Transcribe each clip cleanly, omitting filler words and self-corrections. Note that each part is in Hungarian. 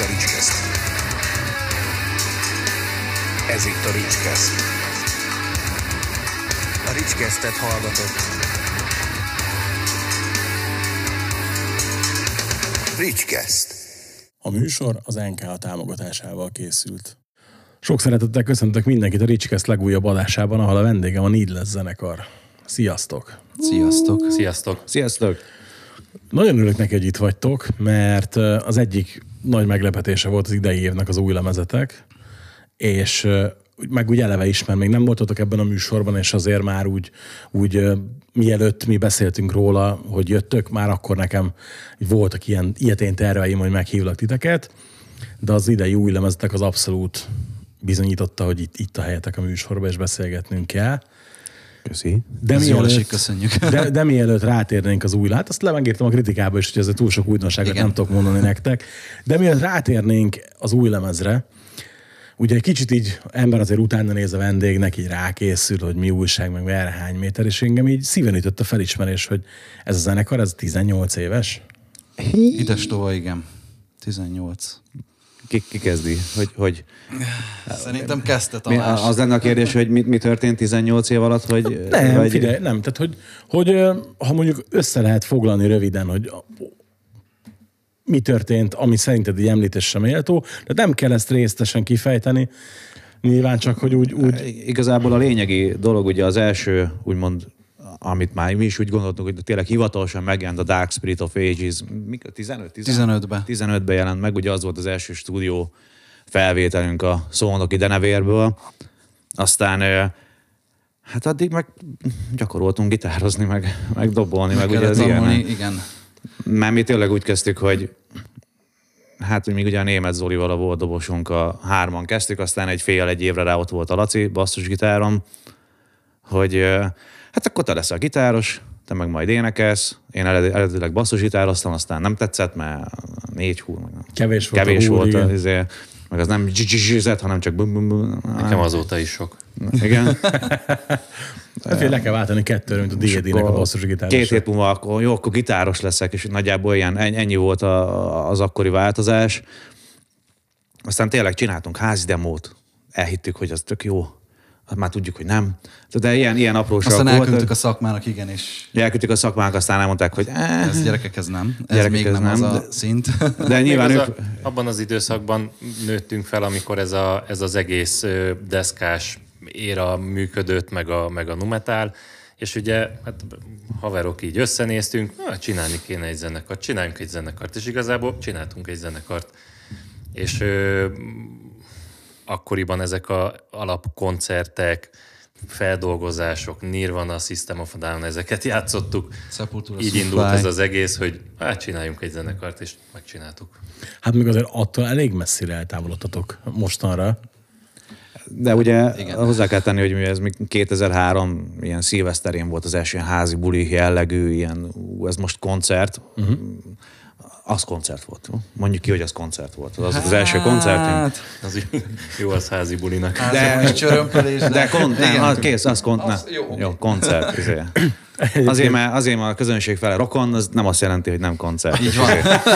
a Ricskeszt. Ez itt a Ricskeszt. A Ricskesztet hallgatott. Ricskeszt. A műsor az NKA támogatásával készült. Sok szeretettel köszöntök mindenkit a Ricskeszt legújabb adásában, ahol a vendégem a Needless zenekar. Sziasztok! Sziasztok! Sziasztok! Sziasztok! Nagyon örülök neki, hogy itt vagytok, mert az egyik nagy meglepetése volt az idei évnek az új lemezetek, és meg úgy eleve is, mert még nem voltatok ebben a műsorban, és azért már úgy mielőtt mi beszéltünk róla, hogy jöttök, már akkor nekem voltak ilyetén terveim, hogy meghívlak titeket, de az idei új lemezetek az abszolút bizonyította, hogy itt a helyetek a műsorban, és beszélgetnünk kell. Köszi. De mielőtt rátérnénk az új lát, azt megírtam a kritikába is, hogy ez túl sok újdonságot nem tudok mondani nektek. De mielőtt rátérnénk az új lemezre, ugye egy kicsit így ember azért utána néz a vendégnek, így rákészül, hogy mi újság, meg merre hány méter, és engem így szíven ütött a felismerés, hogy ez a zenekar, ez 18 éves? Ides tova, igen. 18. Ki kezdi? Hogy... Szerintem kezdte Tamás. Az lenne a kérdés, hogy mi történt 18 év alatt, hogy... Nem, figyelj, nem. Tehát, hogy ha mondjuk össze lehet foglalni röviden, hogy mi történt, ami szerinted így említésre méltó, de nem kell ezt részletesen kifejteni, nyilván csak, hogy úgy... Igazából a lényegi dolog, ugye az első, úgymond, amit már mi is úgy gondoltunk, hogy tényleg hivatalosan megjelent a Dark Spirit of Ages, 15-ben jelent meg, ugye az volt az első stúdió felvételünk a Szolnoki Denevérből. Aztán hát addig meg gyakoroltunk gitározni, meg dobolni, meg ugye az ilyen. Igen. Mert mi tényleg úgy kezdtük, hogy hát még ugye a Németh Zolival a volt dobosunk, a hárman kezdtük, aztán egy évre rá ott volt a Laci basszusgitárom, hogy hát akkor te leszel a gitáros, te meg majd énekelsz. Én eredetileg basszusgitároztam, aztán nem tetszett, mert 4 húr, meg nem. Kevés volt meg az nem zsizsizett, hanem csak bum. Nekem azóta is sok. Igen. Hát le kell váltani 2-re, mint a D&D-nek a basszusgitáros. 2 hét múlva akkor gitáros leszek, és nagyjából ennyi volt az akkori változás. Aztán tényleg csináltunk házi demót. Elhittük, hogy az tök jó. Már tudjuk, hogy nem. De ilyen apróság volt. Aztán elküldtük a szakmának, igen, és... Elküldtük a szakmának, aztán elmondták, hogy ez gyerekek, ez nem. Ez még nem az a szint. De nyilván abban az időszakban nőttünk fel, amikor ez az egész deszkás éra működött, meg a numetál, és ugye hát haverok így összenéztünk, csinálni kéne egy zenekart, csináljunk egy zenekart, és igazából csináltunk egy zenekart. És akkoriban ezek a alapkoncertek, feldolgozások, Nirvana, System of a Down, ezeket játszottuk. Így indult ez az egész, hogy csináljunk egy zenekart, és megcsináltuk. Hát még azért attól elég messzire eltávolodtatok mostanra. De ugye hozzá kell tenni, hogy ez még 2003 ilyen szilveszterén volt az első házi buli jellegű, ilyen, ez most koncert. Az koncert volt. Mondjuk ki, hogy az koncert volt. Az az első koncertünk. Az jó, az házi bulinak. Jó, koncert. Azért, mert a közönség fele rokon, az nem azt jelenti, hogy nem koncert. Így van.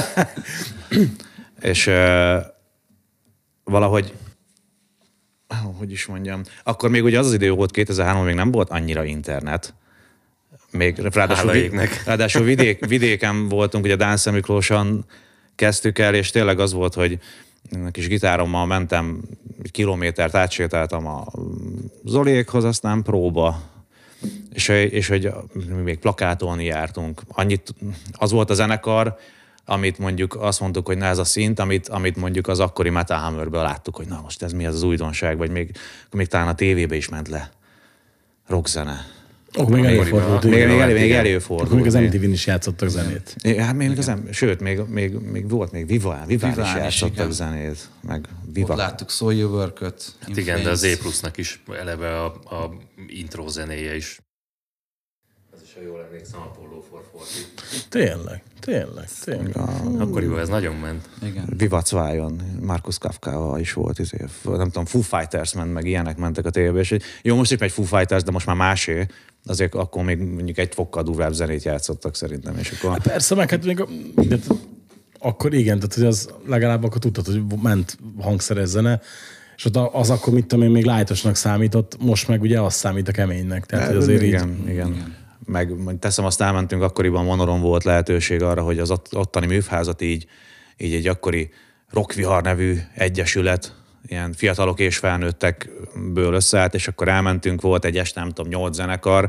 És valahogy, hogy is mondjam, akkor még ugye az idő volt, 2003 még nem volt annyira internet. Még ráadásul vidéken voltunk, ugye Dánszem Miklóson kezdtük el, és tényleg az volt, hogy kis gitárommal mentem, egy kilométert átsétáltam a Zoliékhoz, aztán próba. És hogy még plakátolni jártunk. Az volt a zenekar, amit mondjuk azt mondtuk, hogy na ez a szint, amit mondjuk az akkori Metal Hammerből láttuk, hogy na most ez mi az újdonság, vagy még talán a tévébe is ment le rockzene. Még előfordult. Még előfordult. Még az MTV-n is játszottak zenét. Hát sőt, még volt Viván is játszottak zenét. Meg Viva. Ott láttuk Soul Your Work-öt. Hát igen, de az E+-nak is eleve a intro zenéje is. Ez is, ha jól emlékszem, Apollo 440. Tényleg. Akkoriban ez nagyon ment. Igen. Viva Cvájon, Markus Kafkával is volt, nem tudom, Foo Fighters ment, meg ilyenek mentek a tévébe, és jó, most is megy Foo Fighters, de most már másé, azért akkor még mondjuk egy fokkal durvább zenét játszottak szerintem, és akkor... Hát persze, meg hát még akkor igen, tehát hogy az legalább akkor tudtad, hogy ment hangszeres zene, és ott az akkor, mit tudom én, még lájtosnak számított, most meg ugye az számít a keménynek. Tehát, hogy azért igen. Meg teszem, azt elmentünk, akkoriban Monoron volt lehetőség arra, hogy az ottani műfházat így egy akkori Rockvihar nevű egyesület, ilyen fiatalok és felnőttekből összeállt, és akkor elmentünk, volt egy este, nem tudom, 8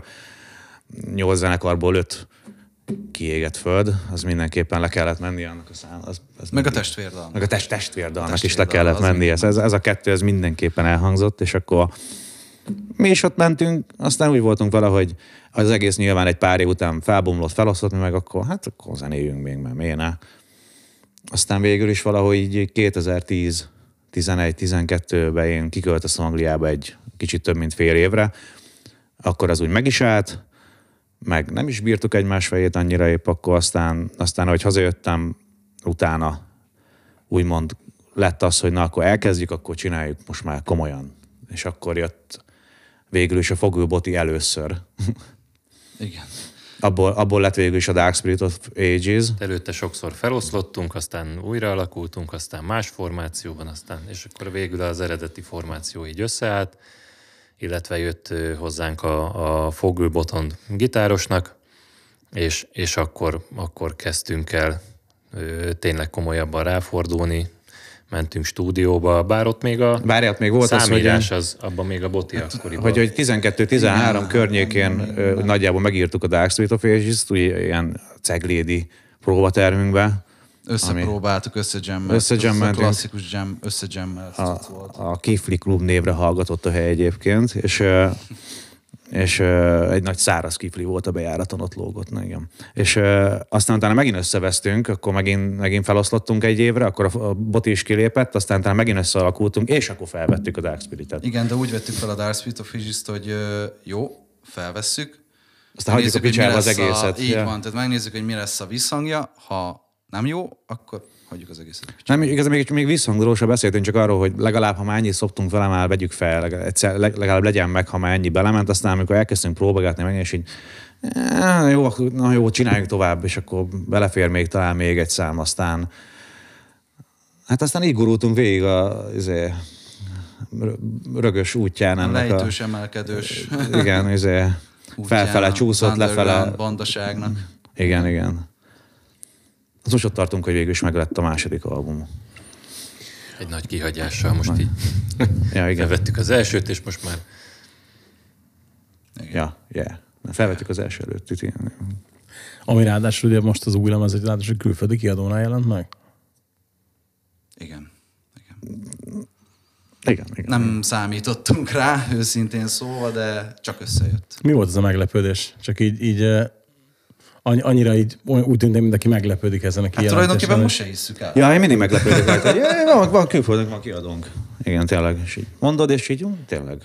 zenekarból 5 kiégett föld, az mindenképpen le kellett menni annak a meg a testvérdalnak. Meg a testvérdalnak is le kellett menni. Ez a kettő, ez mindenképpen elhangzott, és akkor mi is ott mentünk, aztán úgy voltunk vele, hogy az egész nyilván egy pár év után felbomlott, felosztott, meg akkor zenéljünk még, mert miért ne. Aztán végül is valahogy így 2010-11-12-ben én kiköltöztem Angliába egy kicsit több mint fél évre, akkor az úgy meg is állt, meg nem is bírtuk egymás fejét annyira épp, akkor aztán hogy hazajöttem, utána úgymond lett az, hogy na, akkor elkezdjük, akkor csináljuk most már komolyan. És akkor jött végül is a Fogőboti először. Igen. Abból lett végül is a Dark Spirit of Ages. Előtte sokszor feloszlottunk, aztán újra alakultunk, aztán más formációban, és akkor végül az eredeti formáció így összeállt, illetve jött hozzánk a Fogőboton gitárosnak, és akkor kezdtünk el tényleg komolyabban ráfordulni, mentünk stúdióba, bár ott még a volt számírás, abban még a Boti akkoriban. Hogy 12-13 környékén nagyjából megírtuk a Dark Spirit of Ages-t, ilyen ceglédi próbatermünkbe. Összepróbáltuk, összejammeltünk. Klasszikus összejammelt volt. A Kifli Klub névre hallgatott a hely egyébként, és egy nagy száraz kifli volt a bejáraton, ott lógott, igen. És aztán utána megint összevesztünk, akkor megint feloszlottunk egy évre, akkor a Boti is kilépett, aztán utána megint összealakultunk, és akkor felvettük a Dark Spirit-et. Igen, de úgy vettük fel a Dark Spirit of Ages-t, hogy jó, felvesszük. Aztán hagyjuk a picsába az egészet. Így van, tehát megnézzük, hogy mi lesz a visszhangja, ha nem jó, akkor hagyjuk az egészet. Nem, igazán még visszhangolóról sem beszéltünk, csak arról, hogy legalább, ha már ennyit szoptunk vele, már vegyük fel, legalább legyen meg, ha már ennyi belement, aztán amikor elkezdtünk próbálgatni meg, és így jó, csináljuk tovább, és akkor belefér még talán még egy szám, aztán így gurultunk végig a rögös útján ennek lejtős, emelkedős. Igen, felfele csúszott, lefele. Bandaságnak. Igen. Az most ott tartunk, hogy végül is meglett a második album. Egy nagy kihagyással most így igen. felvettük az elsőt, és most már... Igen. Felvettük az első előtt. Ami ráadásul ugye most az új lemez, egy ráadásul külföldi kiadónál jelent meg? Igen. Nem számítottunk rá, őszintén szóval, de csak összejött. Mi volt ez a meglepődés? Csak így annyira így úgy tűnt, mint aki meglepődik ezen a kijelentésen. Tulajdonképpen most se hisszük el. Ja, én mindig meglepődök rajta, hogy van külföldön, van kiadónk. Igen, tényleg. És így mondod, és így tényleg.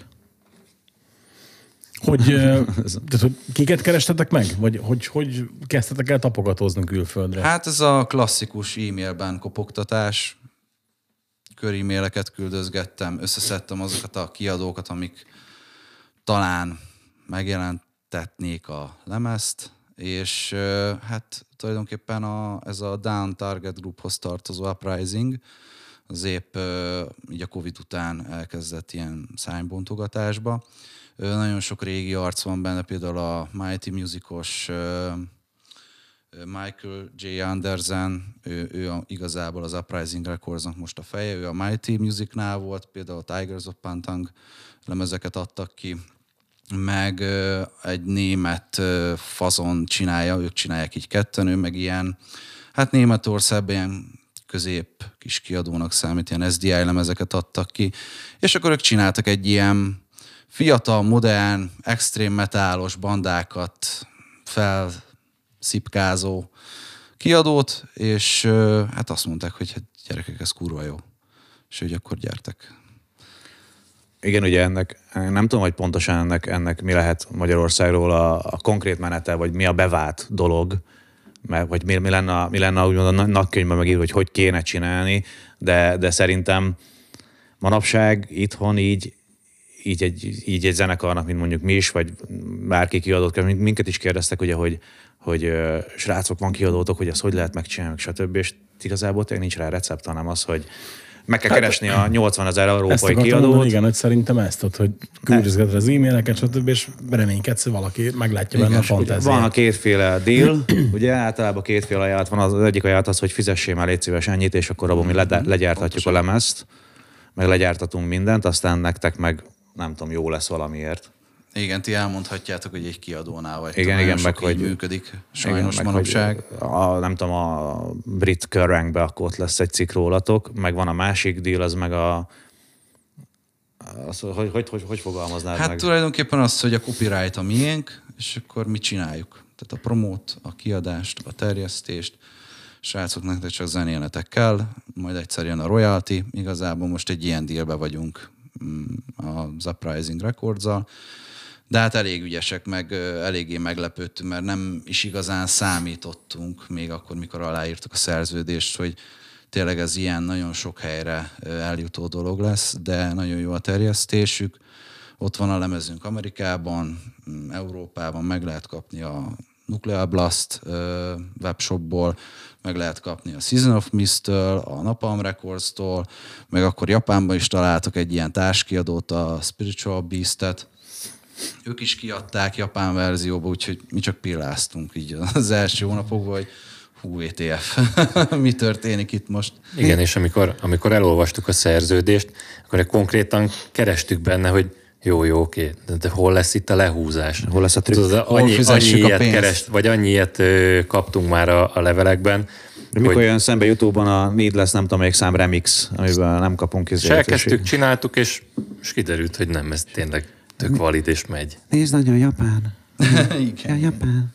Hogy kiket kerestetek meg? Vagy hogy kezdtetek el tapogatózni külföldre? Hát ez a klasszikus e-mailben kopogtatás. Kör-e-maileket küldözgettem, összeszedtem azokat a kiadókat, amik talán megjelentetnék a lemezt, és hát tulajdonképpen ez a Down Target Grouphoz tartozó Uprising, az épp így a Covid után elkezdett ilyen szánybontogatásba. Nagyon sok régi arc van benne, például a Mighty Musicos Michael J. Anderson, ő igazából az Uprising Recordsnak most a feje, ő a Mighty Musicnál volt, például a Tigers of Pantang lemezeket adtak ki, meg egy német fazon csinálja, ők csinálják így ketten, ő meg ilyen, hát Németországban ilyen közép kis kiadónak számít, ilyen SDI lemezeket adtak ki, és akkor ők csináltak egy ilyen fiatal, modern, extrém metálos bandákat felszipkázó kiadót, és hát azt mondták, hogy hát gyerekek, ez kurva jó. És hogy akkor gyertek. Igen, ugye ennek, nem tudom, hogy pontosan ennek mi lehet Magyarországról a konkrét menete, vagy mi a bevált dolog, vagy mi lenne úgymond a nagykönyvben megírva, hogy kéne csinálni, de szerintem manapság itthon így így egy zenekarnak, mint mondjuk mi is, vagy bárki kiadót, minket is kérdeztek, ugye, hogy srácok, van kiadótok, hogy ezt hogy lehet megcsinálni, stb. És igazából tényleg nincs rá recept, hanem az, hogy meg kell keresni a 80 000 európai kiadót. Mondani, igen, hogy szerintem ezt ott, hogy küldözgeted az e-maileket, stb. És reménykedsz, hogy valaki meglátja benne a fantáziát. Van a kétféle deal, ugye általában kétféle ajánlat van. Az egyik ajánlat az, hogy fizessél már légy szíves ennyit, és akkor abban mi legyártatjuk a lemezt, meg legyártatunk mindent, aztán nektek meg nem tudom, jó lesz valamiért. Igen, ti elmondhatjátok, hogy egy kiadónál vagy. Igen, meg hogy működik sajnos igen, manapság. Nem tudom, a brit Kerrangbe akkor ott lesz egy cikk rólatok, meg van a másik deal, az meg hogy fogalmaznád hát meg? Tulajdonképpen az, hogy a copyright a miénk, és akkor mit csináljuk? Tehát a promót, a kiadást, a terjesztést, srácok, nektek csak zenélnetek kell, majd egyszer jön a royalty, igazából most egy ilyen dealbe vagyunk az Uprising Records-al, de hát elég ügyesek, meg eléggé meglepődtünk, mert nem is igazán számítottunk még akkor, mikor aláírtuk a szerződést, hogy tényleg ez ilyen nagyon sok helyre eljutó dolog lesz, de nagyon jó a terjesztésük. Ott van a lemezünk Amerikában, Európában, meg lehet kapni a Nuclear Blast webshopból, meg lehet kapni a Season of Mist-től, a Napalm Records-tól, meg akkor Japánban is találtak egy ilyen társkiadót, a Spiritual Beast-et. Ők is kiadták japán verzióba, úgyhogy mi csak pilláztunk így az első hónapokban, hogy hú, ETF, mi történik itt most? Igen, és amikor elolvastuk a szerződést, akkor konkrétan kerestük benne, hogy jó, oké, de hol lesz itt a lehúzás? Hol lesz a trükk? Tudod, annyi ilyet annyi ilyet kaptunk már a levelekben. De mikor jön szembe YouTube-on a Needless, nem tudom, még szám remix, amiben nem kapunk izért. Elkezdtük, csináltuk, és kiderült, hogy nem, ez tényleg tök valid és megy. Nézd, nagyon japán. Igen. Japán.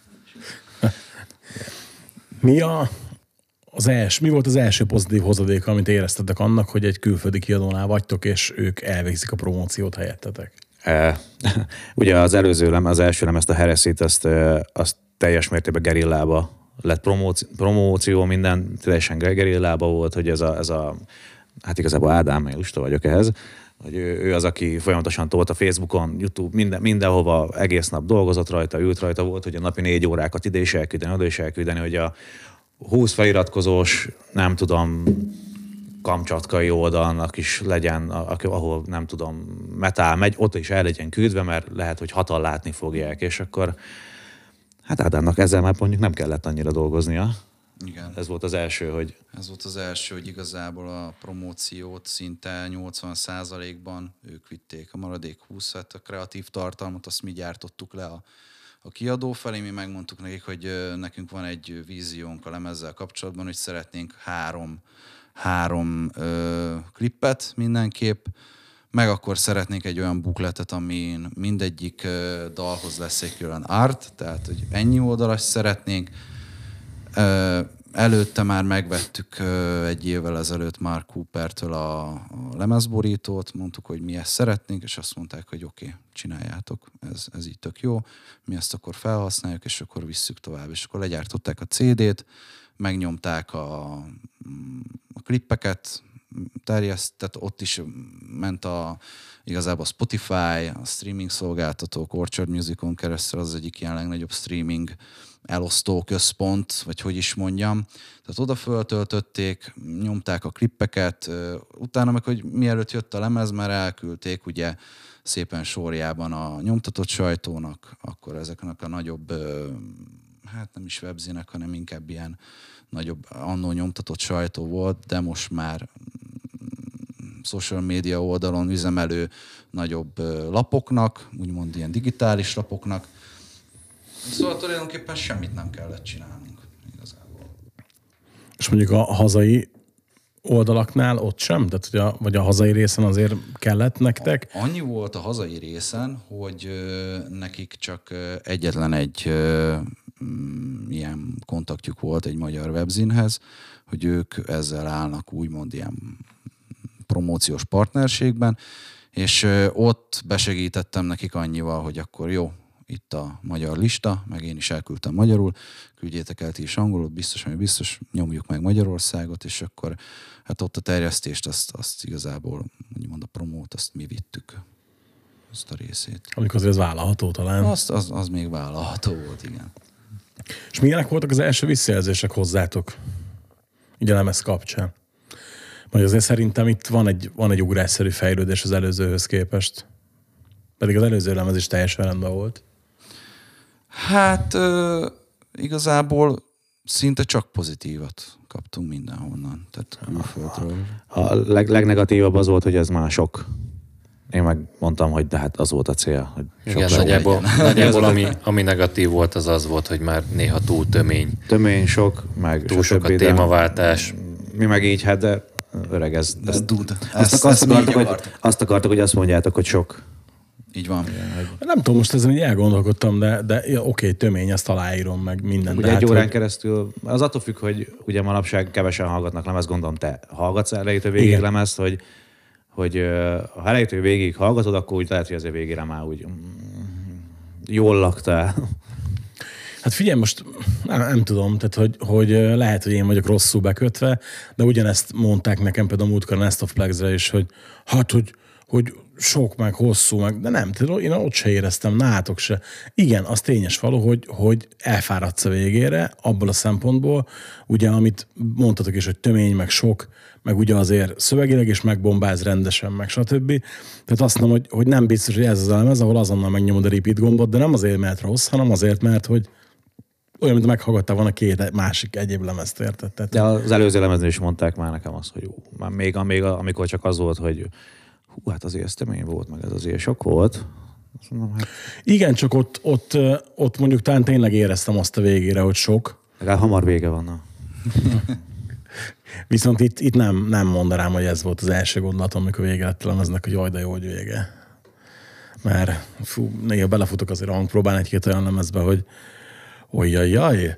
Mi volt az első pozitív hozadéka, amit éreztetek annak, hogy egy külföldi kiadónál vagytok, és ők elvégzik a promóciót helyettetek? Ugye az első lemezt, a Heresit, azt teljes mértékben gerillába lett promóció, minden teljesen gerillába volt, hogy ez a hát igazából Ádám, én lusta vagyok ehhez, hogy ő az, aki folyamatosan tolt a Facebookon, YouTube, mindenhova egész nap dolgozott rajta, ült rajta, volt, hogy a napi 4 órákat ide is elküldeni, oda is elküldeni, hogy a 20 feliratkozós, nem tudom, kamcsatkai oldalnak is legyen, ahol nem tudom, metal megy, ott is el legyen küldve, mert lehet, hogy hatan látni fogják, és akkor hát Ádámnak ezzel már mondjuk nem kellett annyira dolgoznia. Igen. Ez volt az első, hogy... Ez volt az első, hogy igazából a promóciót szinte 80%-ban ők vitték, a maradék 20-et, a kreatív tartalmat, azt mi gyártottuk le a kiadó felé, mi megmondtuk nekik, hogy nekünk van egy víziónk a lemezzel kapcsolatban, hogy szeretnénk három klippet mindenképp, meg akkor szeretnénk egy olyan bukletet, amin mindegyik dalhoz lesz egy külön art, tehát hogy ennyi oldalas szeretnénk. Előtte már megvettük egy évvel ezelőtt Mark Coopertől a lemezborítót, mondtuk, hogy mi ezt szeretnénk, és azt mondták, hogy oké, csináljátok, ez így tök jó, mi ezt akkor felhasználjuk, és akkor visszük tovább. És akkor legyártották a CD-t, megnyomták a klippeket, tehát ott is ment igazából a Spotify, a streaming szolgáltatók, Orchard Musicon keresztül az egyik ilyen legnagyobb streaming elosztó központ, vagy hogy is mondjam. Tehát oda föltöltötték, nyomták a klippeket, utána meg, hogy mielőtt jött a lemez, már elküldték ugye szépen sorjában a nyomtatott sajtónak, akkor ezeknek a nagyobb, hát nem is webzinek, hanem inkább ilyen nagyobb annó nyomtatott sajtó volt, de most már social media oldalon üzemelő nagyobb lapoknak, úgymond ilyen digitális lapoknak. Szóval tulajdonképpen semmit nem kellett csinálnunk igazából. És mondjuk a hazai oldalaknál ott sem? Tehát, vagy a hazai részen azért kellett nektek? Annyi volt a hazai részen, hogy nekik csak egyetlen egy ilyen kontaktjuk volt egy magyar webzinhez, hogy ők ezzel állnak úgymond ilyen promóciós partnerségben, és ott besegítettem nekik annyival, hogy akkor jó, itt a magyar lista, meg én is elküldtem magyarul, küldjétek el ti is angolul, biztos, ami biztos, nyomjuk meg Magyarországot, és akkor hát ott a terjesztést, azt igazából, úgymond a promót, azt mi vittük. azt a részét. Amikor azért ez vállalható talán. Az még vállalható volt, igen. És milyenek voltak az első visszajelzések hozzátok? Így a lemez kapcsán. Majd azért szerintem itt van egy ugrásszerű fejlődés az előzőhöz képest. Pedig az előző lemez is teljesen rendben volt. Hát igazából szinte csak pozitívat kaptunk mindenhonnan. Tehát külföldről. A legnegatívabb az volt, hogy ez már sok. Én meg mondtam, hogy de hát az volt a cél. Hogy igen, nagyjából ami negatív volt, az volt, hogy már néha túl tömény. Tömény, sok, meg túl sok a témaváltás. Mi meg így, hát de öreg, ez azt akartok, hogy azt mondjátok, hogy sok. Így van. Nem tudom, most ezen így elgondolkodtam, de ja, oké, tömény, ezt aláírom meg mindent. Ugye egy órán keresztül, az attól függ, hogy ugye manapság kevesen hallgatnak lemezt, gondolom te hallgatsz elejétől végig lemezt, hogy ha elejétől végig hallgatod, akkor úgy lehet, hogy azért végére már úgy jól laktál. Hát figyelj, most nem tudom, tehát hogy lehet, hogy én vagyok rosszul bekötve, de ugyanezt mondták nekem például a múltkor a Nest of Plagues-re is, hogy hát, hogy sok, meg hosszú, meg, de nem, én ott se éreztem, nátok se. Igen, az tényes való, hogy elfáradsz a végére, abból a szempontból, ugye, amit mondtatok is, hogy tömény, meg sok, meg ugye azért szövegileg is megbombáz rendesen, meg stb. Tehát azt mondom, hogy nem biztos, hogy ez az lemez, ahol azonnal megnyomod a repeat gombot, de nem azért, mert rossz, hanem azért, mert hogy olyan, mint meghallgattál volna két másik egyéb lemezt, érted? Tehát... De az előző lemezen is mondták már nekem azt, hogy jó, már még amikor csak az volt, hogy hát azért ez tömény volt, meg ez azért sok volt. Mondom, hát... Igen, csak ott mondjuk talán tényleg éreztem azt a végére, hogy sok. Legalább hamar vége van. Na. Viszont itt nem mondanám, hogy ez volt az első gondolatom, amikor vége lett a lemeznek, hogy jaj, de jó, hogy vége. Mert néha belefutok azért a hangpróbán egy-két olyan lemezbe, hogy ojjajjaj.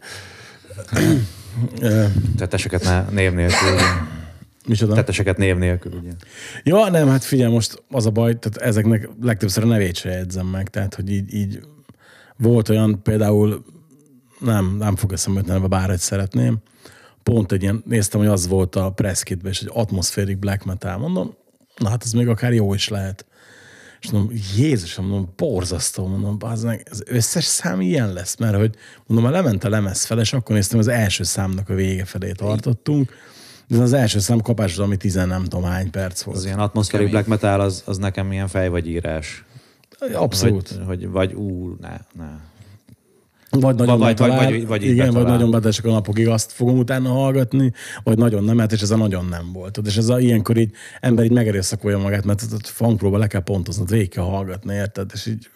Tetteseket név nélkül. Micsoda? Tetteseket név nélkül, ugye. Ja, nem, hát figyelj, most az a baj, tehát ezeknek legtöbbször a nevét se jegyzem meg, tehát, hogy így volt olyan például, nem fog eszembe jutni, bár egy szeretném, pont egy ilyen, néztem, hogy az volt a press kitben, és egy atmospheric black metal, mondom, na hát ez még akár jó is lehet. És mondom, Jézusom, mondom, borzasztó, mondom, az összes szám ilyen lesz, mert hogy mondom, ha lement a lemez fel, és akkor néztem, az első számnak a vége felé tartottunk, de az első szám kapás az, ami 10 nem tudom hány perc volt. Az ilyen atmospheric black metal, az nekem ilyen fej vagy írás. Abszolút. Vagy ne. Vagy nagyon vagy igen, vagy nagyon bedesek a napokig, azt fogom utána hallgatni, vagy nagyon nem, hát és ez a nagyon nem volt. És ez ilyenkor így ember így megerőszakolja magát, mert a fangpróba le kell pontozni, végig kell hallgatni, érted? És így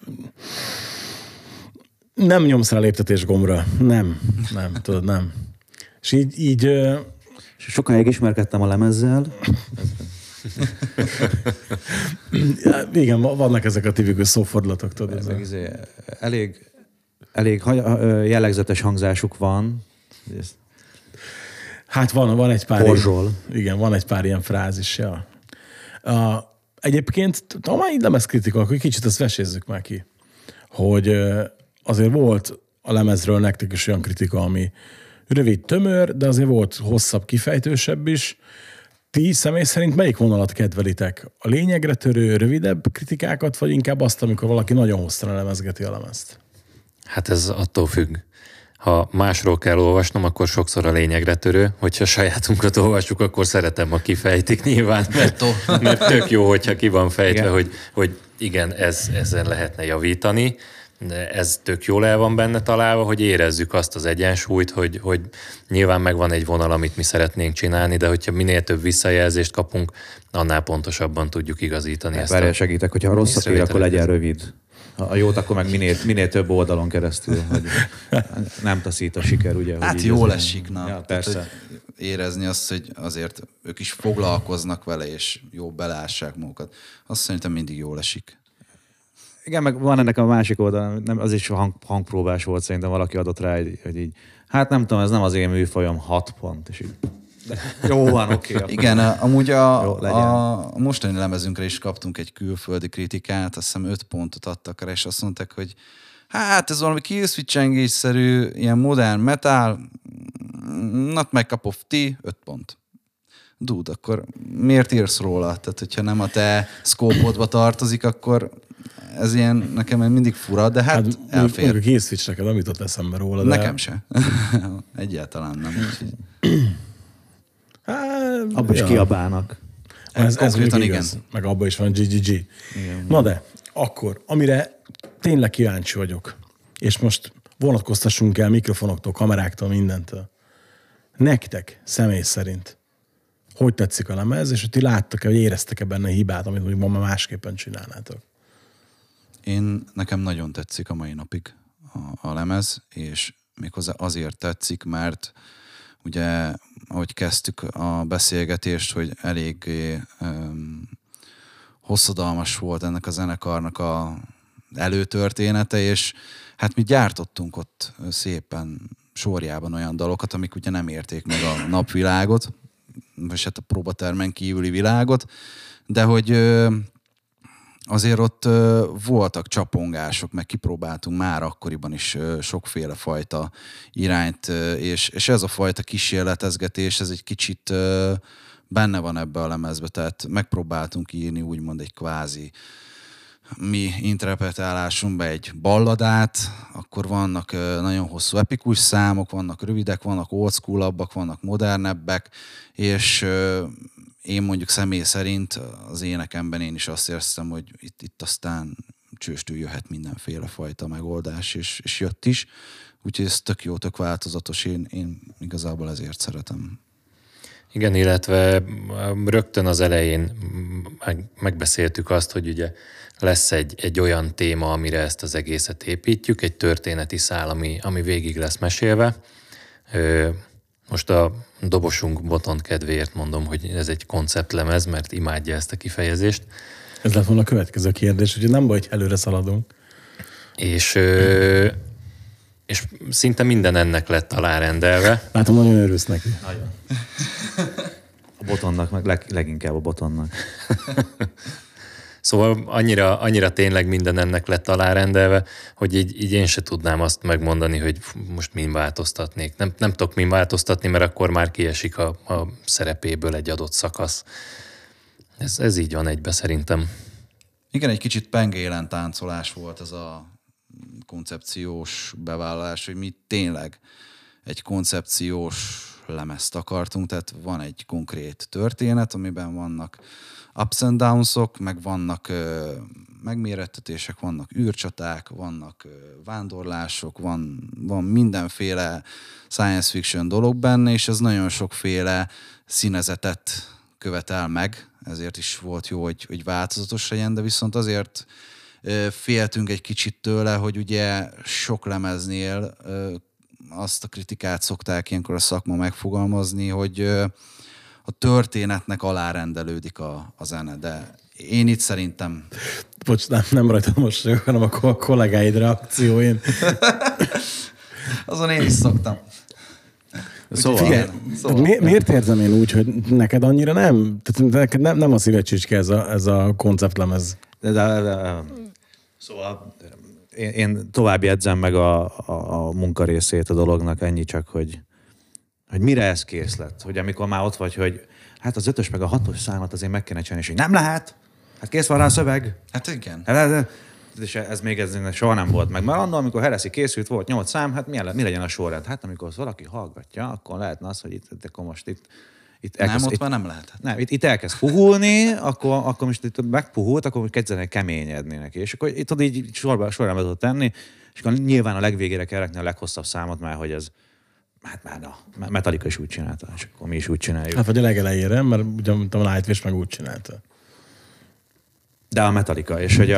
nem nyomsz rá léptetés gombra. Nem, tudod, nem. És így sokáig ismerkedtem a lemezzel. Igen, vannak ezek a tipikus szófordulatok, tudod. Elég jellegzetes hangzásuk van. Hát van egy pár Porzsol. Igen, van egy pár ilyen frázis. Ja. Egyébként, ha már így lemezkritika, akkor kicsit ezt vesézzük már ki. Hogy azért volt a lemezről nektek is olyan kritika, ami rövid, tömör, de azért volt hosszabb, kifejtősebb is. Ti személy szerint melyik vonalat kedvelitek? A lényegre törő, rövidebb kritikákat, vagy inkább azt, amikor valaki nagyon hosszan lemezgeti a lemezt? Hát ez attól függ. Ha másról kell olvasnom, akkor sokszor a lényegre törő. Hogyha sajátunkat olvassuk, akkor szeretem, ha kifejtik nyilván, mert tök jó, hogyha ki van fejtve, hogy igen, ezen lehetne javítani. De ez tök jól el van benne találva, hogy érezzük azt az egyensúlyt, hogy nyilván megvan egy vonal, amit mi szeretnénk csinálni, de hogyha minél több visszajelzést kapunk, annál pontosabban tudjuk igazítani ezt. Várjál, segítek, hogyha a rosszat ír, akkor legyen rövid. A jót akkor meg minél több oldalon keresztül, hogy nem taszít a siker, ugye? Hát jól esik, ja, persze. Tehát, érezni azt, hogy azért ők is foglalkoznak vele, és jó belássák magukat. Azt szerintem mindig jól esik. Igen, meg van ennek a másik oldalon, az is hangpróbás volt, szerintem valaki adott rá, hogy így, hát nem tudom, ez nem az én műfajom, 6 pont, és így. De jó van, oké. Igen, amúgy a mostani lemezünkre is kaptunk egy külföldi kritikát, azt hiszem 5 pontot adtak rá, és azt mondták, hogy hát ez valami killswitch-engésszerű, ilyen modern metal, not my cup of tea, 5 pont. Dude, akkor miért írsz róla? Tehát, hogyha nem a te szkópodba tartozik, akkor ez ilyen nekem mindig fura, de hát elfér. A készíts neked, amit ott eszembe róla. De... Nekem se. Egyáltalán nem. Abba is kiabálnak. Ez még igaz. Meg abban is van GGG. Igen. Na de, akkor, amire tényleg kíváncsi vagyok, és most vonatkoztassunk el mikrofonoktól, kameráktól, mindentől. Nektek személy szerint hogy tetszik a lemez, és hogy ti láttak-e, vagy éreztek-e benne hibát, amit mondjuk ma másképpen csinálnátok? Nekem nagyon tetszik a mai napig a lemez, és méghozzá azért tetszik, mert ugye, ahogy kezdtük a beszélgetést, hogy elég hosszadalmas volt ennek a zenekarnak a előtörténete, és hát mi gyártottunk ott szépen sorjában olyan dalokat, amik ugye nem érték meg a napvilágot, vagy hát a próbatermen kívüli világot, de hogy azért ott voltak csapongások, meg kipróbáltunk már akkoriban is sokféle fajta irányt, és ez a fajta kísérletezgetés, ez egy kicsit benne van ebbe a lemezbe, tehát megpróbáltunk írni úgymond egy kvázi mi interpretálásunkban egy balladát, akkor vannak nagyon hosszú epikus számok, vannak rövidek, vannak oldschoolabbak, vannak modernebbek, és én mondjuk személy szerint az énekemben én is azt érztem, hogy itt aztán csőstül jöhet mindenféle fajta megoldás, és jött is. Úgyhogy ez tök jó, tök változatos, én igazából ezért szeretem. Igen, illetve rögtön az elején megbeszéltük azt, hogy ugye lesz egy olyan téma, amire ezt az egészet építjük, egy történeti szál, ami végig lesz mesélve. Most a dobosunk Botont kedvéért mondom, hogy ez egy konceptlemez, mert imádja ezt a kifejezést. Ez lett volna a következő kérdés, hogy nem baj, hogy előre szaladunk. És szinte minden ennek lett alárendelve. Látom, nagyon örülsz neki. Nagyon. A Botonnak, meg leginkább a Botonnak. Szóval annyira tényleg minden ennek lett alárendelve, hogy így én se tudnám azt megmondani, hogy most min változtatnék. Nem tudok min változtatni, mert akkor már kiesik a szerepéből egy adott szakasz. Ez így van egybe szerintem. Igen, egy kicsit pengélen táncolás volt ez a koncepciós bevállalás, hogy mi tényleg egy koncepciós lemezt akartunk, tehát van egy konkrét történet, amiben vannak ups and downs-ok, meg vannak megmérettetések, vannak űrcsaták, vannak vándorlások, van mindenféle science fiction dolog benne, és ez nagyon sokféle színezetet követel meg, ezért is volt jó, hogy változatos legyen, de viszont azért féltünk egy kicsit tőle, hogy ugye sok lemeznél azt a kritikát szokták ilyenkor a szakma megfogalmazni, hogy a történetnek alárendelődik a zene, de én itt szerintem... Bocs, nem rajtad most, hanem a kollégáid reakcióin. Azon én is szoktam. Szóval. Miért érzem én úgy, hogy neked annyira nem? Tehát neked nem a szívecsicske ez a konceptlemez. Szóval én tovább jegyzem meg a munkarészét a dolognak, ennyi csak, hogy mire ez kész lett. Hogy amikor már ott vagy, hogy hát az 5-ös meg a 6-os számot azért meg kéne csinálni, és hogy nem lehet, hát kész van rá a szöveg. Hát igen. És ez soha nem volt meg. Mert annól, amikor Hereszi készült, volt 8 szám, hát mi legyen a sorrend? Hát amikor valaki hallgatja, akkor lehetne az, hogy itt elkezd, már nem lehet. Nem, itt elkezd puhulni, akkor most itt megpuhult, akkor kezdenek keményedni neki. És akkor itt így sorra tudod tenni, és akkor nyilván a legvégére kell rakni a leghosszabb számot, mert hogy ez Metallica is úgy csinálta, és akkor mi is úgy csináljuk. Hát vagy a legelejére, mert ugye a Nightwish meg úgy csinálta. De a Metallica, és hogy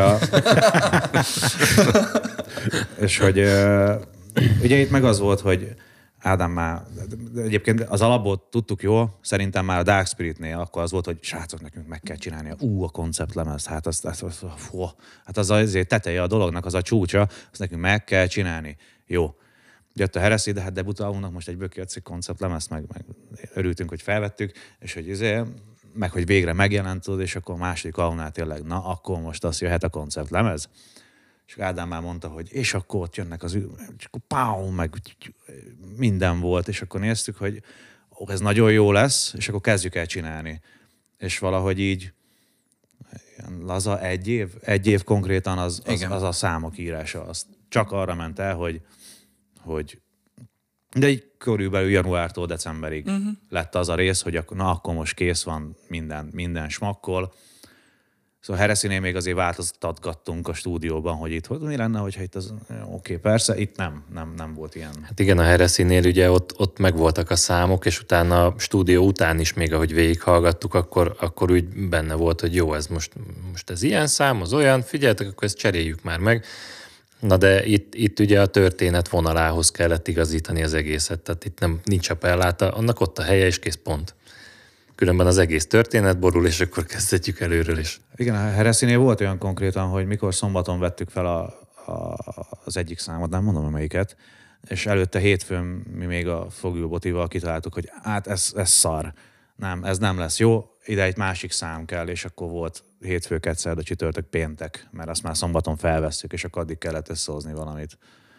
és hogy ugye itt meg az volt, hogy Ádám már, egyébként az alapból tudtuk jól, szerintem már a Dark Spiritnél akkor az volt, hogy srácok, nekünk meg kell csinálni a konceptlemez, hát az azért teteje a dolognak, az a csúcsa, azt nekünk meg kell csinálni. Jó. Jött a Hereszi, de hát debutálunk most egy bökjetszik konceptlemezt, meg örültünk, hogy felvettük, és hogy meg hogy végre megjelent, és akkor a második albumnál tényleg, na akkor most az jöhet a konceptlemez. És Ádám már mondta, hogy és akkor ott jönnek és akkor pau, meg minden volt, és akkor néztük, hogy ez nagyon jó lesz, és akkor kezdjük el csinálni. És valahogy így ilyen laza 1 év. 1 év konkrétan az a számok írása. Az csak arra ment el, hogy de így körülbelül januártól decemberig lett az a rész, hogy akkor most kész van, minden smakkol. Szóval Heresinél még azért változtatgattunk a stúdióban, hogy itt mi lenne, hogyha itt az oké, persze, itt nem volt ilyen. Hát igen, a Heresinél ugye ott megvoltak a számok, és utána a stúdió után is még, ahogy végighallgattuk, akkor úgy benne volt, hogy jó, ez most ez ilyen szám, az olyan, figyeljetek, akkor ezt cseréljük már meg. Na de itt ugye a történet vonalához kellett igazítani az egészet, tehát itt nincs appelláta, annak ott a helye és kész, pont. Különben az egész történet borul, és akkor kezdhetjük előről is. Igen, a Heresinél volt olyan konkrétan, hogy mikor szombaton vettük fel az egyik számot, nem mondom melyiket, és előtte hétfőn mi még a Fogülbotival kitaláltuk, hogy hát ez szar. Nem, ez nem lesz jó, ide egy másik szám kell, és akkor volt hétfő, kedszerda, csütörtök, péntek, mert azt már szombaton felvesszük, és akkor addig kellett összehozni valamit.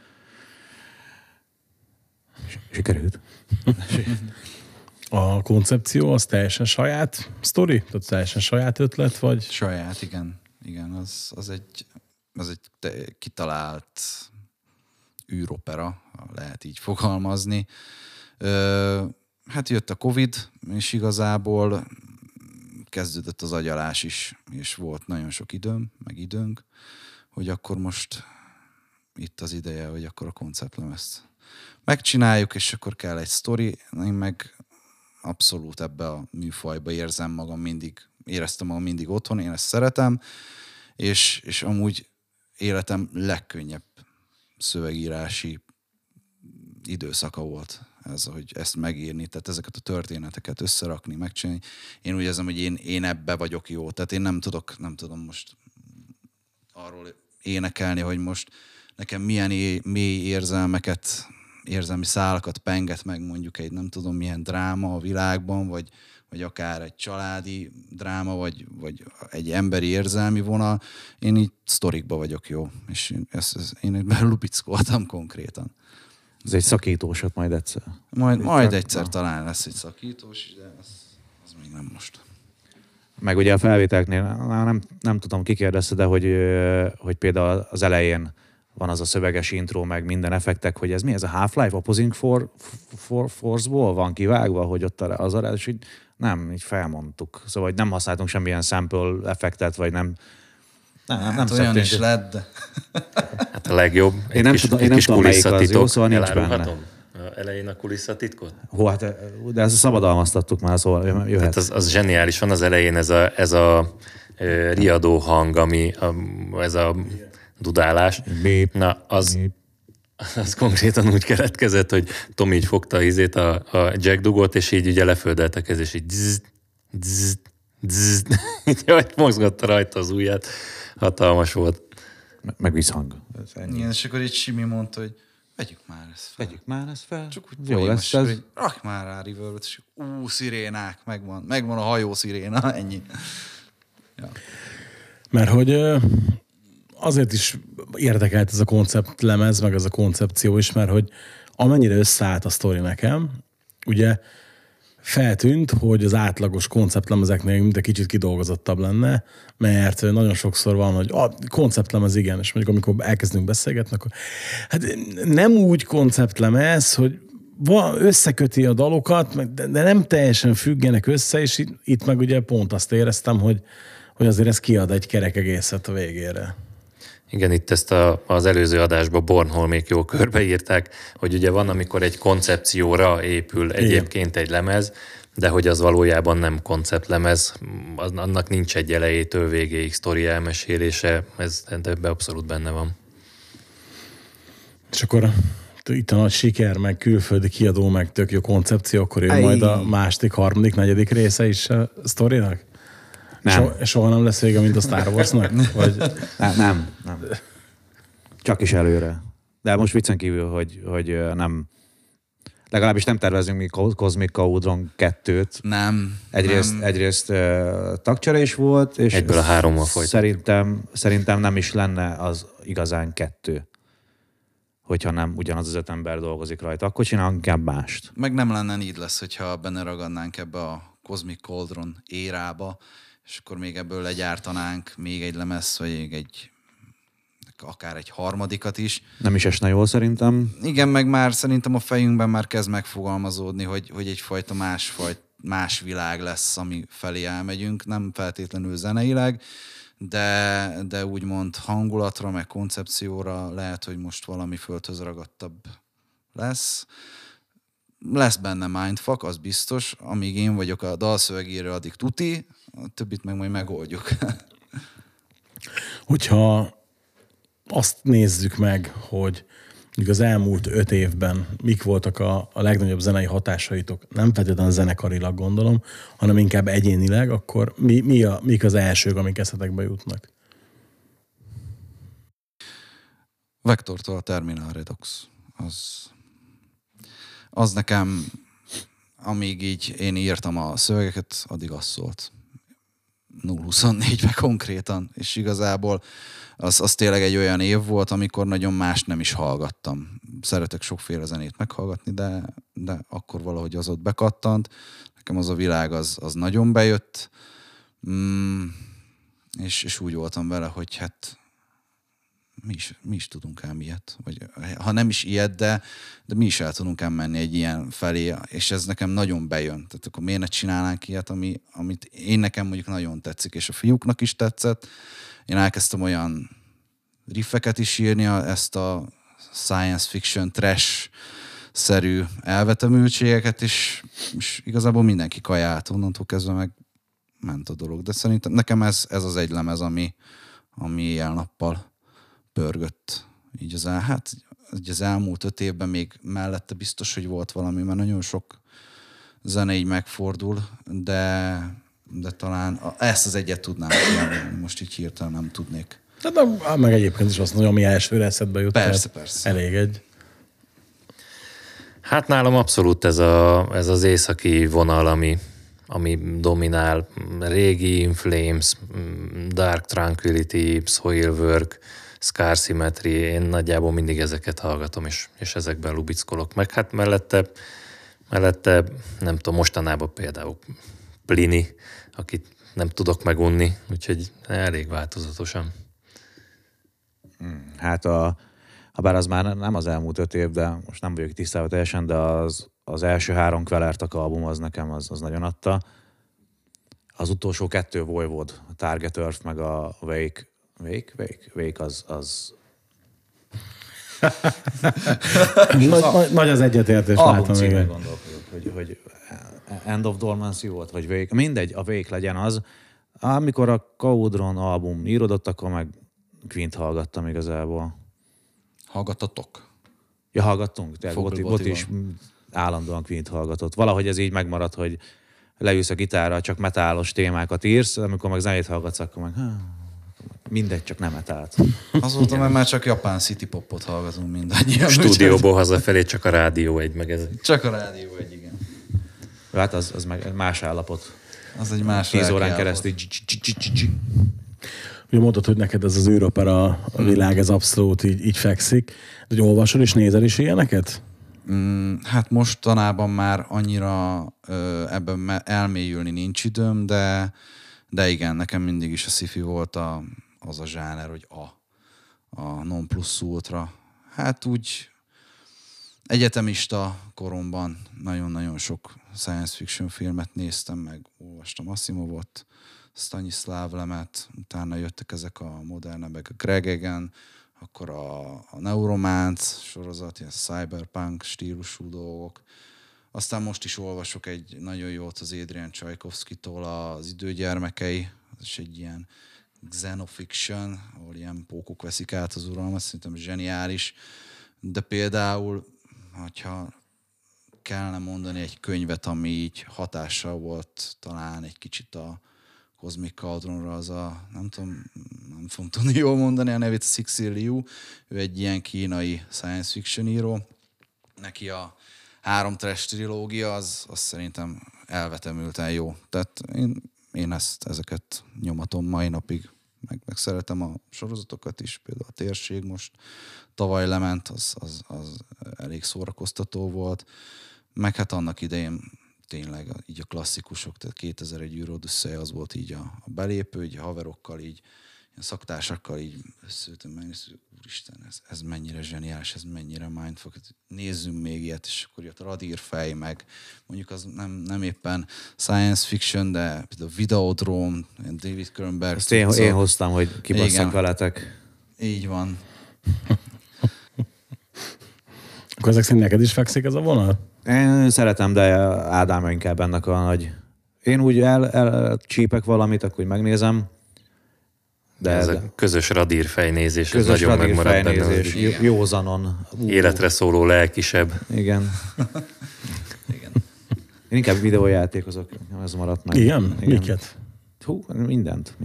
Sikerült. A koncepció az teljesen saját sztori? Tehát teljesen saját ötlet, vagy? Saját, igen. Igen, az egy kitalált űropera, lehet így fogalmazni. Hát jött a Covid, és igazából kezdődött az agyalás is, és volt nagyon sok időnk, hogy akkor most itt az ideje, hogy akkor a konceptlemezt megcsináljuk, és akkor kell egy sztori. Én meg abszolút ebbe a műfajba éreztem magam mindig otthon, én ezt szeretem, és amúgy életem legkönnyebb szövegírási időszaka volt ez, hogy ezt megírni, tehát ezeket a történeteket összerakni, megcsinálni. Én úgy érzem, hogy én ebbe vagyok jó, tehát én nem tudom most arról énekelni, hogy most nekem milyen mély érzelmi szálakat penget meg mondjuk egy nem tudom milyen dráma a világban, vagy akár egy családi dráma, vagy egy emberi érzelmi vonal. Én így sztorikba vagyok jó, és én egyben lupickoltam konkrétan. Ez egy szakítósat majd egyszer. Majd egyszer talán lesz egy szakítós, de az még nem most. Meg ugye a felvételeknél, nem tudom, ki kérdezte, de hogy például az elején van az a szöveges intro, meg minden effektek, hogy ez mi? Ez a Half-Life Opposing Force-ból van kivágva, hogy ott az a és így nem, így felmondtuk. Szóval hogy nem használtunk semmilyen sample effektet, vagy nem olyan is lett, de... Hát a legjobb. Én nem tudom melyik az, jó, szóval nincs benne. Elején a kulisszatitkot? De ezt szabadalmaztattuk már, szóval jöhet. Hát az zseniális, van az elején ez a riadó hang, ez a dudálás. Na, az konkrétan úgy keletkezett, hogy Tom így fogta a Jack Dugot, és így ugye leföldelt a kez, és így így mozgatta rajta az ujját. Hatalmas volt. Meg visszhang. Igen, és akkor így Simi mondta, hogy vegyük már ezt fel. Csak úgy jó lesz ez. Rakj már rá reverbet, és szirénák, megvan a hajó sziréna, ennyi. Ja. Mert hogy azért is érdekelt ez a konceptlemez, meg ez a koncepció is, mert hogy amennyire összeállt a sztori nekem, ugye feltűnt, hogy az átlagos konceptlemezeknél mint egy kicsit kidolgozottabb lenne, mert nagyon sokszor van, hogy konceptlemez igen, és mondjuk amikor elkezdünk beszélgetni, akkor hát nem úgy konceptlemez, hogy összeköti a dalokat, de nem teljesen függenek össze, és itt meg ugye pont azt éreztem, hogy azért ez kiad egy kerek egészet a végére. Igen, itt ezt az előző adásban Bornholmék jól körbeírták, hogy ugye van, amikor egy koncepcióra épül egyébként egy lemez, de hogy az valójában nem konceptlemez, annak nincs egy elejétől végéig sztori elmesélése, ez ebben abszolút benne van. És akkor itt a nagy siker, meg külföldi kiadó, meg tök jó koncepció, akkor jön majd a második, harmadik, negyedik része is a sztorinak? Soha nem lesz vége, mint a Star Warsnak? Vagy... Nem. Csak is előre. De most viccen kívül, hogy nem... Legalábbis nem tervezünk mi Cosmic Cauldron 2-t. Nem. Egyrészt tagcsere is volt, és egyből a 3-mal folytatjuk. Szerintem nem is lenne az igazán 2, hogyha nem ugyanaz az 5 ember dolgozik rajta. Akkor csinálunk inkább mást. Meg nem lenne így lesz, hogyha benne ragadnánk ebbe a Cosmic Cauldron érába, és akkor még ebből legyártanánk még egy lemez, vagy akár egy harmadikat is. Nem is esne jól szerintem. Igen, meg már szerintem a fejünkben már kezd megfogalmazódni, hogy egyfajta más világ lesz, ami felé elmegyünk, nem feltétlenül zeneileg, de úgymond hangulatra, meg koncepcióra lehet, hogy most valami földhöz ragadtabb lesz. Lesz benne mindfuck, az biztos. Amíg én vagyok a dalszövegére, addig tuti, a többit meg majd megoldjuk. Hogyha azt nézzük meg, hogy az elmúlt 5 évben mik voltak a legnagyobb zenei hatásaitok, nem feltétlenül zenekarilag gondolom, hanem inkább egyénileg, akkor mik az elsők, amik eszetekbe jutnak? Vektortól a Terminal Redux. Az nekem, amíg így én írtam a szövegeket, addig az szólt. 0-24-ben konkrétan, és igazából az tényleg egy olyan év volt, amikor nagyon más nem is hallgattam. Szeretek sokféle zenét meghallgatni, de akkor valahogy az ott bekattant. Nekem az a világ az nagyon bejött, és úgy voltam vele, hogy hát mi is tudunk ám ilyet. Vagy, ha nem is ilyet, de mi is el tudunk ám menni egy ilyen felé, és ez nekem nagyon bejön. Tehát akkor miért ne csinálnánk ilyet, amit én nekem mondjuk nagyon tetszik, és a fiúknak is tetszett. Én elkezdtem olyan riffeket is írni, ezt a science fiction trash-szerű elvetemültségeket, és igazából mindenki kajált, onnantól kezdve meg ment a dolog. De szerintem nekem ez az egy lemez, ami éjjel-nappal pörgött. Így az elmúlt 5 évben még mellette biztos, hogy volt valami, mert nagyon sok zene így megfordul, de talán ezt az egyet tudnám kiemelni. Most így hirtelen nem tudnék. De meg egyébként is azt mondom, ami elsőre eszedbe jut. Persze. Elég egy. Hát nálam abszolút ez az északi vonal, ami dominál. Régi In Flames, Dark Tranquility, Soilwork, Scar Symmetry, én nagyjából mindig ezeket hallgatom, és ezekben lubickolok meg. Hát mellette nem tudom, mostanában például Plini, akit nem tudok megunni, úgyhogy elég változatosan. Hát bár az már nem az elmúlt 5 év, de most nem vagyok tisztában teljesen, de az első 3 Quellertak album az nekem az nagyon adta. Az utolsó 2 Voivod, a Target Earth meg a Wake az... Nagy az egyetértés, látom. Címben gondolkodok, hogy End of Dormancy volt, vagy Wake. Mindegy, a Wake legyen az. Amikor a Caudron album íródott, akkor meg Quint hallgattam igazából. Hallgattatok? Ja, hallgattunk. Tehát Bot is állandóan Quint hallgatott. Valahogy ez így megmaradt, hogy leülsz a gitárra, csak metálos témákat írsz, amikor meg zenét hallgatsz, akkor meg mindegy, csak nem metált. Azóta már csak japán city popot hallgatunk mindannyian. Stúdióból hazafelé csak a Rádió 1 meg ez. Csak a Rádió 1, igen. Hát az meg más állapot. Az egy más 10 órán keresztül. Ugye mondtad, hogy neked ez az űropera világ, ez abszolút így fekszik. De olvasol és nézel is ilyeneket? Hát mostanában már annyira ebben elmélyülni nincs időm, de igen, nekem mindig is a sci-fi volt az a zsáner, hogy a non plus ultra. Hát úgy egyetemista koromban nagyon-nagyon sok science fiction filmet néztem, meg olvastam Asimovot, Stanislav Lemet, utána jöttek ezek a modernebbek, a Greg Egan, akkor a Neuromance sorozat, ilyen cyberpunk stílusú dolgok. Aztán most is olvasok egy nagyon jót az Adrian Csajkovszkitól, az Időgyermekei, ez is egy ilyen xenofiction, ahol ilyen pókok veszik át az uralmat, szerintem zseniális. De például, hogyha kellene mondani egy könyvet, ami így hatással volt talán egy kicsit a Cosmic Cauldronra, az nem fogom tudni jól mondani a nevét, Cixin Liu, ő egy ilyen kínai science fiction író. Neki a 3 trash trilógia, az szerintem elvetemülten jó. Tehát én ezeket nyomatom mai napig, meg szeretem a sorozatokat is, például a Térség most tavaly lement, az elég szórakoztató volt. Meg hát annak idején tényleg így a klasszikusok, tehát 2001 Eurodyssey az volt így a belépő, így a haverokkal, így ilyen szaktársakkal így összeültünk, megnéztük, úristen, ez mennyire zseniális, ez mennyire mindfuck, nézzünk még ilyet, és akkor jött a radírfej, meg mondjuk az nem éppen science fiction, de például Videodrome, David Cronenberg. Ezt én hoztam, hogy kibasszak veletek. Így van. Akkor ezek szerint neked is fekszik ez a vonal? Én szeretem, de Ádám inkább ennek a nagy... Én úgy elcsípek valamit, akkor úgy megnézem. De ez a közös radírfejnézés, ez közös nagyon megmaradt benne. Józanon. Életre szóló lelkisebb. Igen. Én inkább videójátékozok, ez maradt meg. Igen? Miket? Hú, mindent.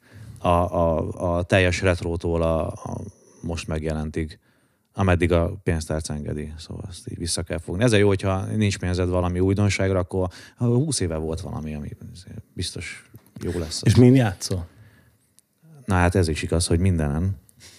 A teljes retrótól a most megjelentig, ameddig a pénztárca engedi, szóval azt így vissza kell fogni. Ez jó, hogyha nincs pénzed valami újdonságra, akkor 20 éve volt valami, ami biztos jó lesz. És min játszol? Na hát ez is igaz, hogy mindenen.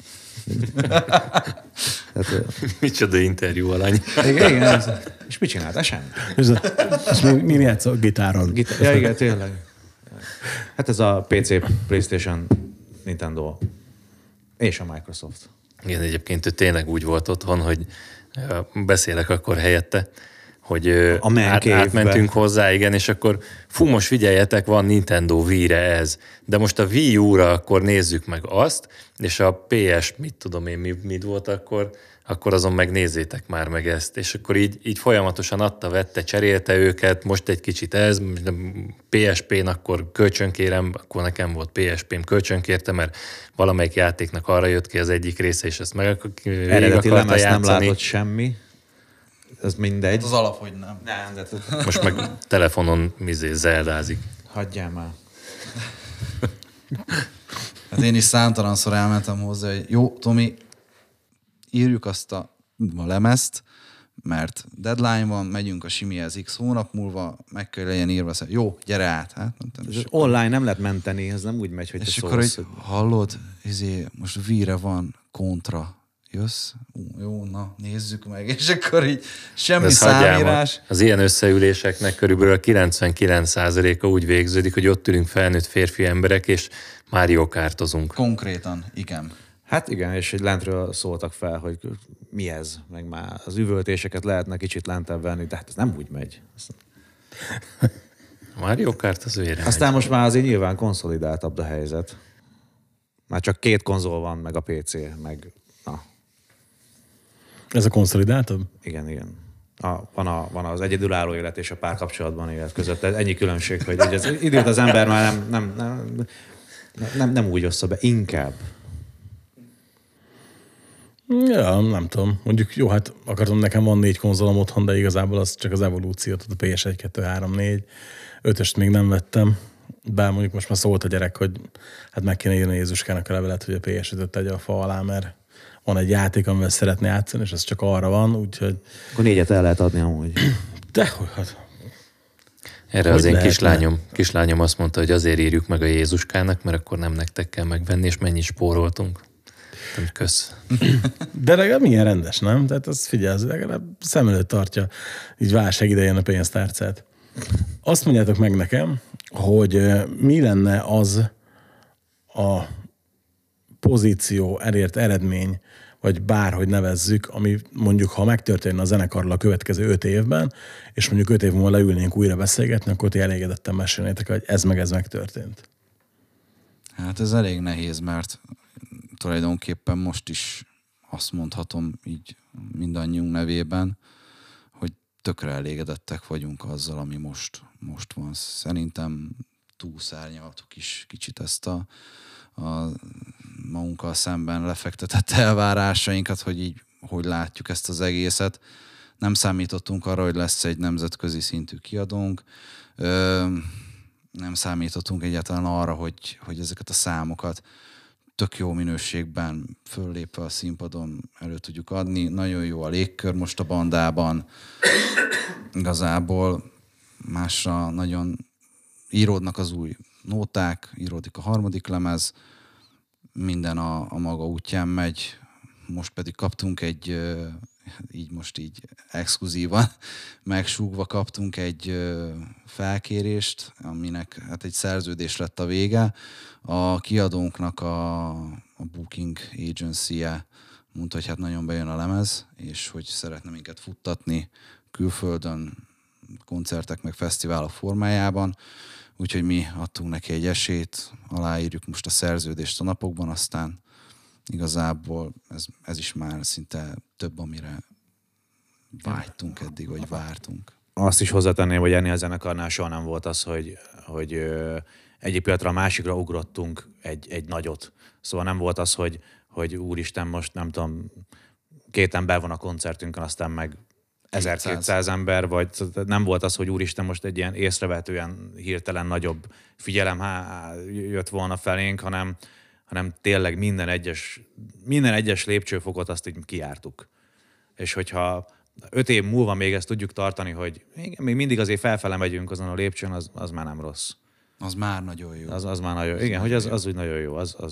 Micsoda interjú alany. Igen. És mit csináltál? Semmi. És min játszol? Gitáron? Ja, igen, tényleg. Hát ez a PC, PlayStation, Nintendo és a Microsoft. Igen, egyébként ő tényleg úgy volt otthon, hogy beszélek akkor helyette, hogy átmentünk hozzá, igen, és akkor most figyeljetek, van Nintendo Wii-re ez. De most a Wii U-ra akkor nézzük meg azt, és a PS, mit tudom én, mit volt akkor azon meg nézzétek már meg ezt. És akkor így folyamatosan adta-vette, cserélte őket, most egy kicsit ez, PSP-n akkor kölcsönkérem, akkor nekem volt PSP-m, kölcsönkértem, mert valamelyik játéknak arra jött ki az egyik része, és ezt meg eredeti lemez nem látott semmi. Ez mindegy. Az alap, hogy nem. Most meg telefonon zeldázik. Hagyjál már. Hát én is számtalanszor elmentem hozzá, hogy jó, Tomi, írjuk azt a lemezt, mert deadline van, megyünk a simihez x hónap múlva, meg kell legyen írva, jó, gyere át. Hát, és online nem lehet menteni, ez nem úgy megy, hogy és te akkor szólsz. hallod, most Wii-re van kontra. Jössz? Jó, na, nézzük meg. És akkor így semmi számírás. Az ilyen összeüléseknek körülbelül a 99%-a úgy végződik, hogy ott ülünk felnőtt férfi emberek, és Mario Kartozunk. Konkrétan, igen. Hát igen, és hogy lentről szóltak fel, hogy mi ez, meg már az üvöltéseket lehetne kicsit lentebb venni, de hát ez nem úgy megy. Mario Kart az vére aztán megy. most már azért nyilván konszolidáltabb a helyzet. Már csak 2 konzol van, meg a PC, meg na. Ez a konszolidáltabb? Igen. Van az egyedülálló élet és a párkapcsolatban élet között. Ennyi különbség, hogy az időt az ember már nem úgy ossza be, inkább. Ja, nem tudom. Mondjuk jó, hát akartam, nekem van 4 konzolom otthon, de igazából az csak az evolúciót, a PS1, 2, 3, 4, 5-öst még nem vettem. Bár mondjuk most már szólt a gyerek, hogy hát meg kéne írni Jézuskának a levelet, hogy a PS5-öt tegye a fa alá, mert van egy játék, amivel szeretné játszani, és ez csak arra van, úgyhogy... Akkor 4-et el lehet adni amúgy. Dehogy, hát... Erre az én kislányom azt mondta, hogy azért írjuk meg a Jézuskának, mert akkor nem nektek kell megvenni, és mennyit spóroltunk. Kösz. De legalább milyen rendes, nem? Tehát az figyelj, az legalább szem előtt tartja így válság idején a pénztárcát. Azt mondjátok meg nekem, hogy mi lenne az a pozíció, elért eredmény, vagy bárhogy nevezzük, ami mondjuk, ha megtörténne a zenekarral a következő 5 évben, és mondjuk 5 év múlva leülnénk újra beszélgetni, akkor ti elégedetten mesélnétek, hogy ez megtörtént. Hát ez elég nehéz, mert tulajdonképpen most is azt mondhatom így mindannyiunk nevében, hogy tökre elégedettek vagyunk azzal, ami most van. Szerintem túlszárnyaltuk is kicsit ezt a magunkkal szemben lefektetett elvárásainkat, hogy így hogy látjuk ezt az egészet. Nem számítottunk arra, hogy lesz egy nemzetközi szintű kiadónk. Nem számítottunk egyáltalán arra, hogy ezeket a számokat tök jó minőségben föllépve a színpadon elő tudjuk adni. Nagyon jó a légkör most a bandában. Igazából másra nagyon íródnak az új nóták, íródik a 3. lemez, minden a maga útján megy. Most pedig kaptunk egy így most így exkluzívan megsúgva kaptunk egy felkérést, aminek hát egy szerződés lett a vége. A kiadónknak a booking agency-je mondta, hogy hát nagyon bejön a lemez, és hogy szeretne minket futtatni külföldön, koncertek meg fesztiválok formájában. Úgyhogy mi adtunk neki egy esélyt, aláírjuk most a szerződést a napokban, aztán igazából ez is már szinte több, amire vágytunk eddig, vagy vártunk. Azt is hozzátenném, hogy ennél a zenekarnál soha nem volt az, hogy egyik pillanatra a másikra ugrottunk egy nagyot. Szóval nem volt az, hogy úristen, most nem tudom, 2 ember van a koncertünkön, aztán meg 1200 ember, vagy nem volt az, hogy úristen, most egy ilyen észrevehetően hirtelen nagyobb figyelem jött volna felénk, hanem tényleg minden egyes lépcsőfokot azt így kijártuk. És hogyha 5 év múlva még ezt tudjuk tartani, hogy még mindig azért felfele megyünk azon a lépcsőn, az már nem rossz. Az már nagyon jó. Az már nagyon jó. Igen, hogy az úgy nagyon jó. Az...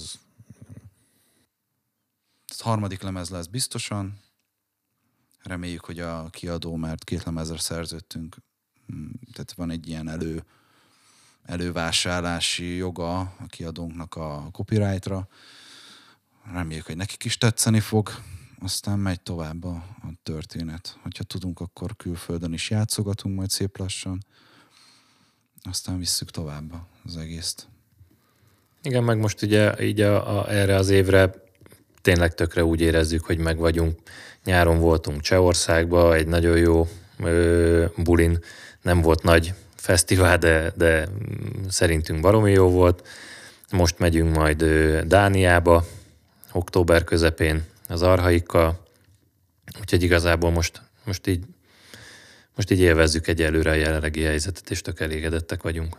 Ez harmadik lemez lesz biztosan. Reméljük, hogy a kiadó, mert 2 lemezre szerződtünk, tehát van egy ilyen elővásárlási joga a kiadónknak a copyrightra. Reméljük, hogy nekik is tetszeni fog, aztán megy tovább a történet. Hogyha tudunk, akkor külföldön is játszogatunk majd szép lassan, aztán visszük tovább az egészt. Igen, meg most ugye így erre az évre tényleg tökre úgy érezzük, hogy meg vagyunk. Nyáron voltunk Csehországba, egy nagyon jó bulin. Nem volt nagy fesztivál, de szerintünk baromi jó volt. Most megyünk majd Dániába, október közepén az Arhaikkal. Úgyhogy igazából most így élvezzük egyelőre a jelenlegi helyzetet, és tök elégedettek vagyunk.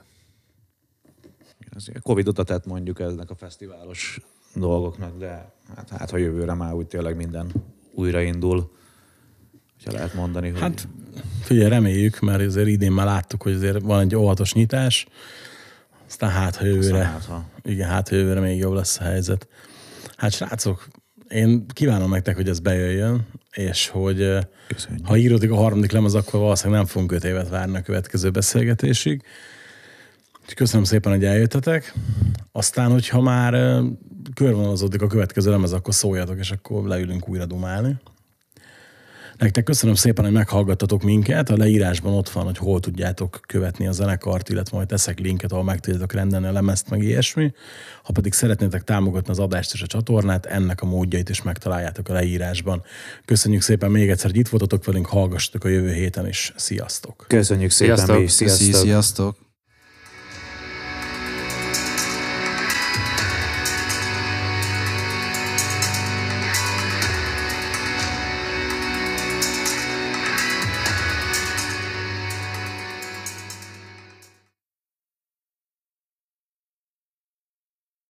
Covid óta tett mondjuk eznek a fesztiválos dolgoknak, de hát ha jövőre már úgy tényleg minden újraindul, hogyha lehet mondani, hogy... Hát figyelj, reméljük, mert azért idén már láttuk, hogy azért van egy óvatos nyitás, aztán ha jövőre még jobb lesz a helyzet. Hát srácok, én kívánom nektek, hogy ez bejöjjön, és hogy ha íródik a harmadik lemez, akkor valószínűleg nem fogunk 5 évet várni a következő beszélgetésig. Köszönöm szépen, hogy eljöttetek. Aztán, hogyha már körvonalazódik a következő lemez, akkor szóljatok, és akkor leülünk újra dumálni. Nektek köszönöm szépen, hogy meghallgattatok minket. A leírásban ott van, hogy hol tudjátok követni a zenekart, illetve majd teszek linket, ahol meg tudjátok rendelni a lemezt, meg ilyesmi. Ha pedig szeretnétek támogatni az adást és a csatornát, ennek a módjait is megtaláljátok a leírásban. Köszönjük szépen még egyszer, hogy itt voltatok velünk, hallgassatok a jövő héten is. Sziasztok! Köszönjük szépen! Sziasztok! Mi is. Sziasztok! Sziasztok!